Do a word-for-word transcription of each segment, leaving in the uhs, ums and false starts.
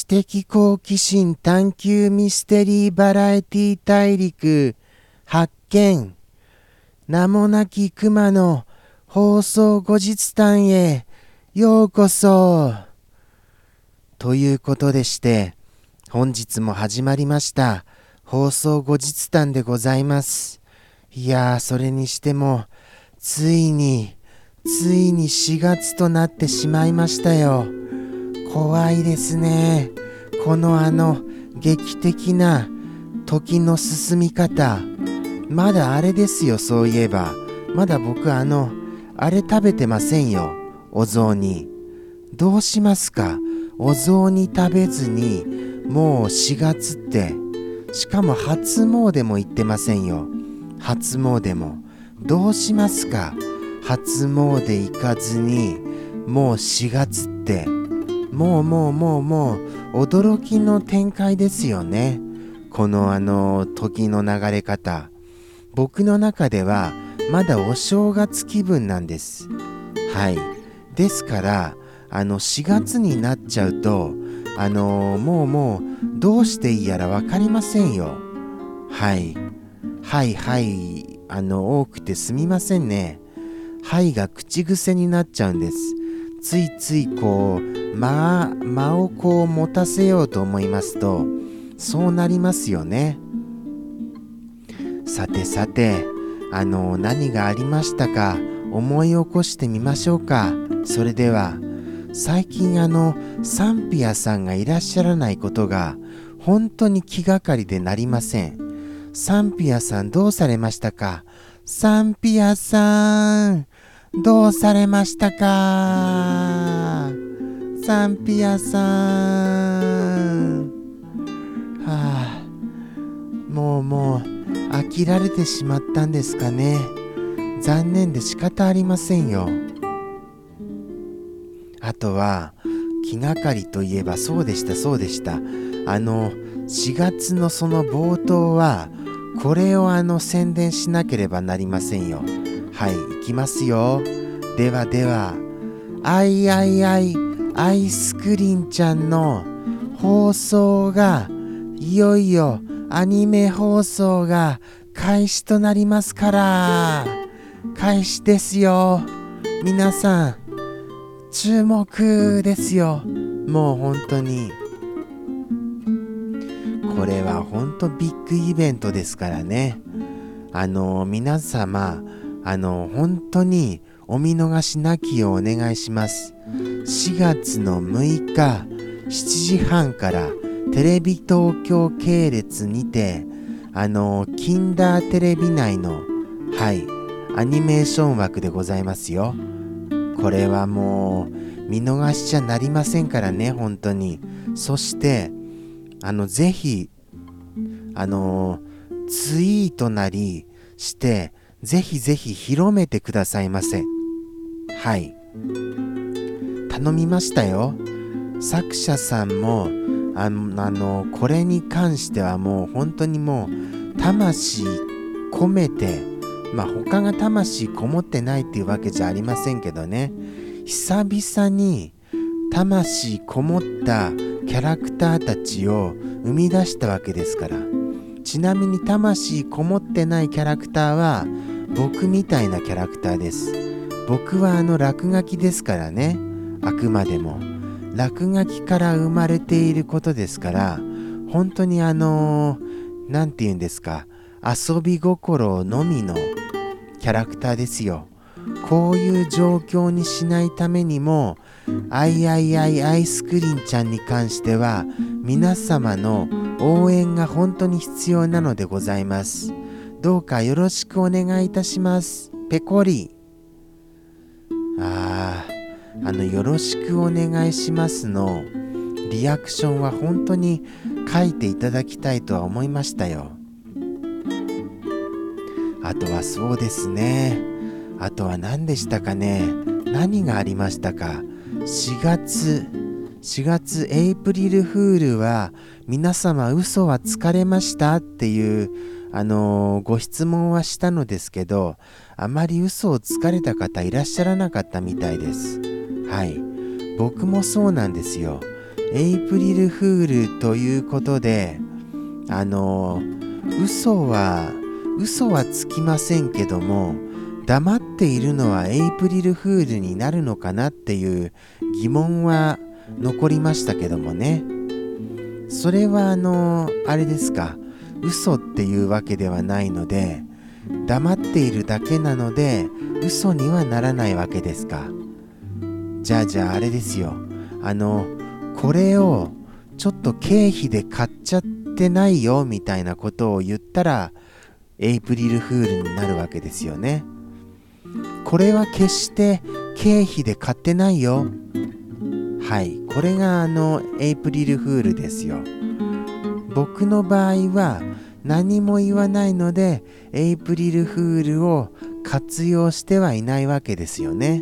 的好奇心探求ミステリーバラエティ大陸発見。名もなき熊の放送後日談へようこそ。ということでして、本日も始まりました放送後日談でございます。いやー、それにしてもついについにしがつとなってしまいましたよ。怖いですね。このあの劇的な時の進み方。まだあれですよ。そういえばまだ僕あのあれ食べてませんよ。お雑煮。どうしますか。お雑煮食べずにもうしがつって。しかも初詣も行ってませんよ。初詣もどうしますか。初詣行かずにもうしがつって。もうもうもうもう驚きの展開ですよね。このあの時の流れ方。僕の中ではまだお正月気分なんです。はい。ですからあのしがつになっちゃうとあのもうもうどうしていいやらわかりませんよ。はいはいはいあの多くてすみませんね。はいが口癖になっちゃうんです。ついついこう間間をこう持たせようと思いますとそうなりますよね。さてさてあの何がありましたか。思い起こしてみましょうか。それでは最近あの賛否屋さんがいらっしゃらないことが本当に気がかりでなりません。賛否屋さんどうされましたか。賛否屋さんどうされましたか。賛否屋さん。はあ、もうもう飽きられてしまったんですかね。残念で仕方ありませんよ。あとは気がかりといえばそうでしたそうでしたあのしがつのその冒頭はこれをあの宣伝しなければなりませんよ。はい、いきますよ。ではでは、あいあいあいアイスクリンちゃんの放送がいよいよアニメ放送が開始となりますから。開始ですよ。皆さん注目ですよ。もう本当にこれは本当ビッグイベントですからね。あの皆様あの本当にお見逃しなきようお願いします。しがつのむいかしちじはんからテレビ東京系列にてあのキンダーテレビ内のはいアニメーション枠でございますよ。これはもう見逃しちゃなりませんからね。本当に。そしてあのぜひあのツイートなりしてぜひぜひ広めてくださいませ。はい頼みましたよ。作者さんもあの、あのこれに関してはもう本当にもう魂込めて、まあ他が魂こもってないっていうわけじゃありませんけどね、久々に魂こもったキャラクターたちを生み出したわけですから。ちなみに魂こもってないキャラクターは僕みたいなキャラクターです。僕はあの落書きですからね。あくまでも落書きから生まれていることですから、本当にあのー、なんて言うんですか、遊び心のみのキャラクターですよ。こういう状況にしないためにもアイアイアイアイスクリンちゃんに関しては皆様の応援が本当に必要なのでございます。どうかよろしくお願いいたします。ペコリ。あーあのよろしくお願いしますのリアクションは本当に書いていただきたいとは思いましたよ。あとはそうですね、あとは何でしたかね。何がありましたか。しがつしがつエイプリルフールは皆様嘘はつかれましたっていうあのー、ご質問はしたのですけど、あまり嘘をつかれた方いらっしゃらなかったみたいです。はい、僕もそうなんですよ。 エイプリルフールということで、あの嘘は嘘はつきませんけども、黙っているのはエイプリルフールになるのかなっていう疑問は残りましたけどもね。それはあのあれですか、嘘っていうわけではないので、黙っているだけなので嘘にはならないわけですか。じゃあじゃああれですよ、あのこれをちょっと経費で買っちゃってないよみたいなことを言ったらエイプリルフールになるわけですよね。これは決して経費で買ってないよ。はい、これがあのエイプリルフールですよ。僕の場合は何も言わないのでエイプリルフールを活用してはいないわけですよね。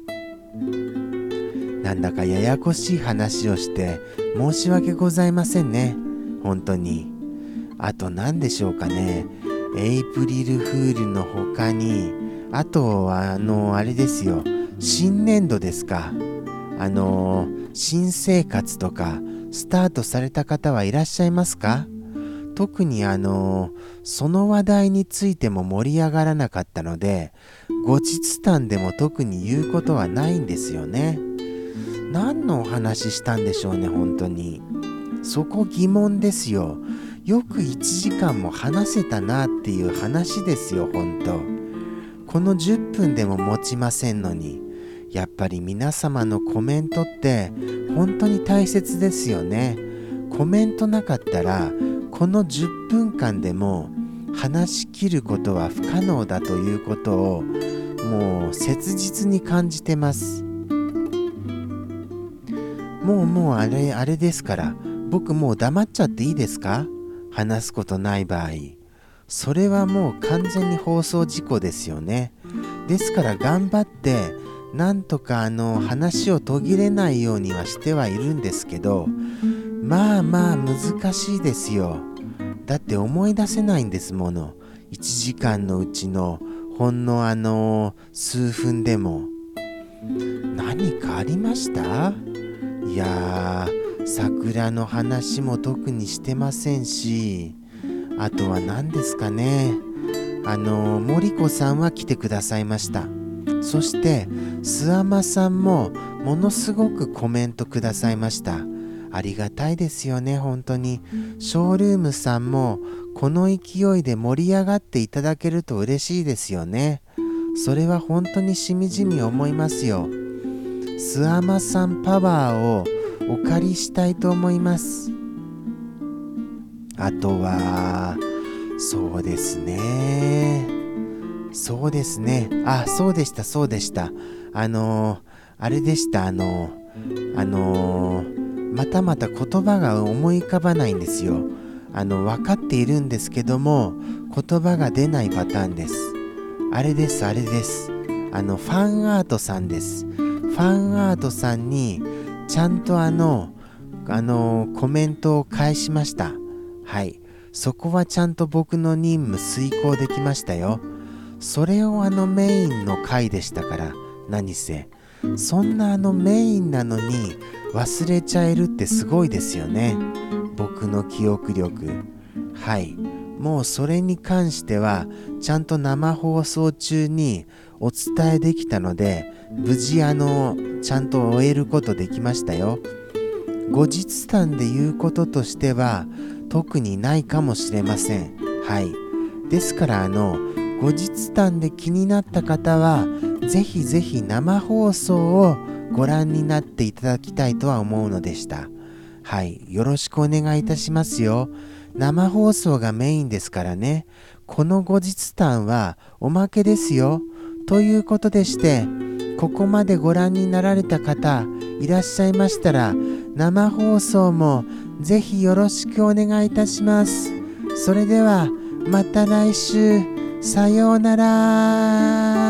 なんだかややこしい話をして申し訳ございませんね、本当に。あと何でしょうかね、エイプリルフールの他に、あとはあのあれですよ、新年度ですか。あの新生活とかスタートされた方はいらっしゃいますか？特にあのその話題についても盛り上がらなかったので、後日談でも特に言うことはないんですよね。何のお話したんでしょうね、本当に。そこ疑問ですよ。よくいちじかんも話せたなっていう話ですよ、本当。このじゅっぷんでも持ちませんのに。やっぱり皆様のコメントって本当に大切ですよね。コメントなかったらこのじゅっぷんかんでも話し切ることは不可能だということをもう切実に感じてます。もうもうあれあれですから、僕もう黙っちゃっていいですか？話すことない場合。それはもう完全に放送事故ですよね。ですから頑張ってなんとかあの話を途切れないようにはしてはいるんですけど、まあまあ難しいですよ。だって思い出せないんですもの。いちじかんのうちのほんのあの数分でも。何かありました？いやー、桜の話も特にしてませんし、あとは何ですかね、あの森子さんは来てくださいました。そしてすあまさんもものすごくコメントくださいました。ありがたいですよね、本当に。ショールームさんもこの勢いで盛り上がっていただけると嬉しいですよね。それは本当にしみじみ思いますよ。すあまさんパワーをお借りしたいと思います。あとはそうですねそうですねあそうでしたそうでしたあのー、あれでしたあのー、あのー、またまた言葉が思い浮かばないんですよ。あの分かっているんですけども言葉が出ないパターンです。あれですあれですあのファンアートさんです。ファンアートさんにちゃんとあのあのコメントを返しました。はい、そこはちゃんと僕の任務遂行できましたよ。それをあのメインの回でしたから。何せそんなあのメインなのに忘れちゃえるってすごいですよね、僕の記憶力。はい、もうそれに関してはちゃんと生放送中にお伝えできたので、無事あのちゃんと終えることできましたよ。後日談で言うこととしては特にないかもしれません。はい、ですからあの後日談で気になった方はぜひぜひ生放送をご覧になっていただきたいとは思うのでした。はい、よろしくお願いいたしますよ。生放送がメインですからね。この後日談はおまけですよ。ということでして、ここまでご覧になられた方いらっしゃいましたら、生放送もぜひよろしくお願いいたします。それではまた来週、さようなら。